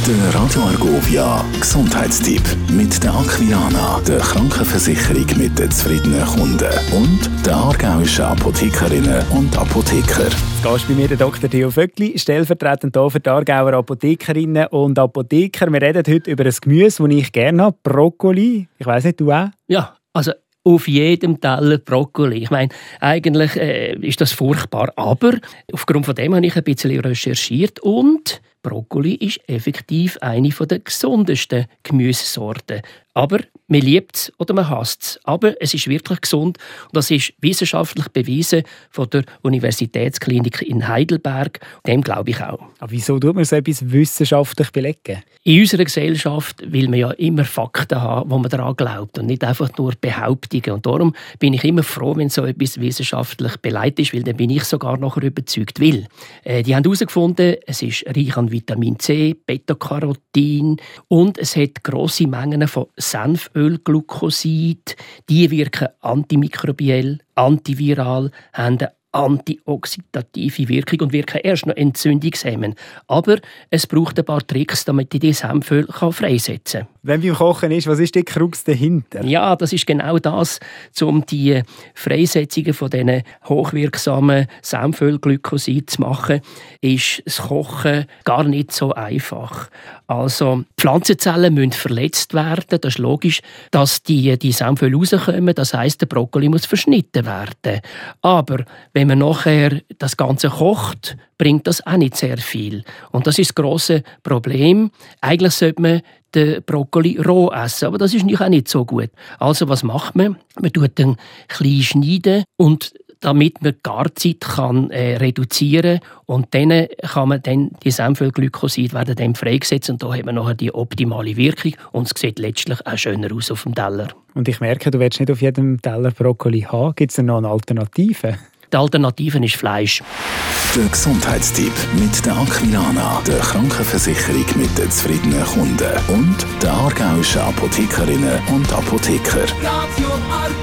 Der Radio Argovia Gesundheitstipp mit der Aquiana, der Krankenversicherung mit den zufriedenen Kunden und der aargauischen Apothekerinnen und Apotheker. Jetzt gehst bei mir der Dr. Theo Vöckli, stellvertretend hier für die Aargauer Apothekerinnen und Apotheker. Wir reden heute über ein Gemüse, das ich gerne habe, Brokkoli. Ich weiss nicht, du auch? Ja, also auf jedem Teller Brokkoli. Ich meine, eigentlich ist das furchtbar, aber aufgrund von dem habe ich ein bisschen recherchiert und Brokkoli ist effektiv eine der gesundesten Gemüsesorten. Aber man liebt es oder man hasst es. Aber es ist wirklich gesund und das ist wissenschaftlich bewiesen von der Universitätsklinik in Heidelberg. Dem glaube ich auch. Aber wieso tut man so etwas wissenschaftlich belegen? In unserer Gesellschaft will man ja immer Fakten haben, wo man daran glaubt und nicht einfach nur Behauptungen. Und darum bin ich immer froh, wenn so etwas wissenschaftlich beleidigt ist, weil dann bin ich sogar nachher überzeugt. Weil die haben herausgefunden, es ist reich an Vitamin C, Beta-Carotin und es hat grosse Mengen von Senfölglykosid. Die wirken antimikrobiell, antiviral, haben eine antioxidative Wirkung und wirken erst noch entzündungshemmend. Aber es braucht ein paar Tricks, damit ich die Senföl freisetzen kann. Wenn beim Kochen ist, was ist die Krux dahinter? Ja, das ist genau das, um die Freisetzungen von diesen hochwirksamen Senfölglykosid zu machen, ist das Kochen gar nicht so einfach. Also Pflanzenzellen müssen verletzt werden, das ist logisch, dass die Senföl rauskommen, das heisst, der Brokkoli muss verschnitten werden. Aber wenn man nachher das Ganze kocht, bringt das auch nicht sehr viel. Und das ist das grosse Problem. Eigentlich sollte man den Brokkoli roh essen, aber das ist auch nicht so gut. Also was macht man? Man tut den klein schneiden und damit man die Garzeit reduzieren kann. Und dann kann man die Senfölglykosid werden dann freigesetzt und da hat man nachher die optimale Wirkung und es sieht letztlich auch schöner aus auf dem Teller. Und ich merke, du willst nicht auf jedem Teller Brokkoli haben. Gibt es denn noch eine Alternative? Die Alternative ist Fleisch. Der Gesundheitstipp mit der Aquiana, der Krankenversicherung mit den zufriedenen Kunden und der aargauischen Apothekerinnen und Apotheker. Radio Argovia.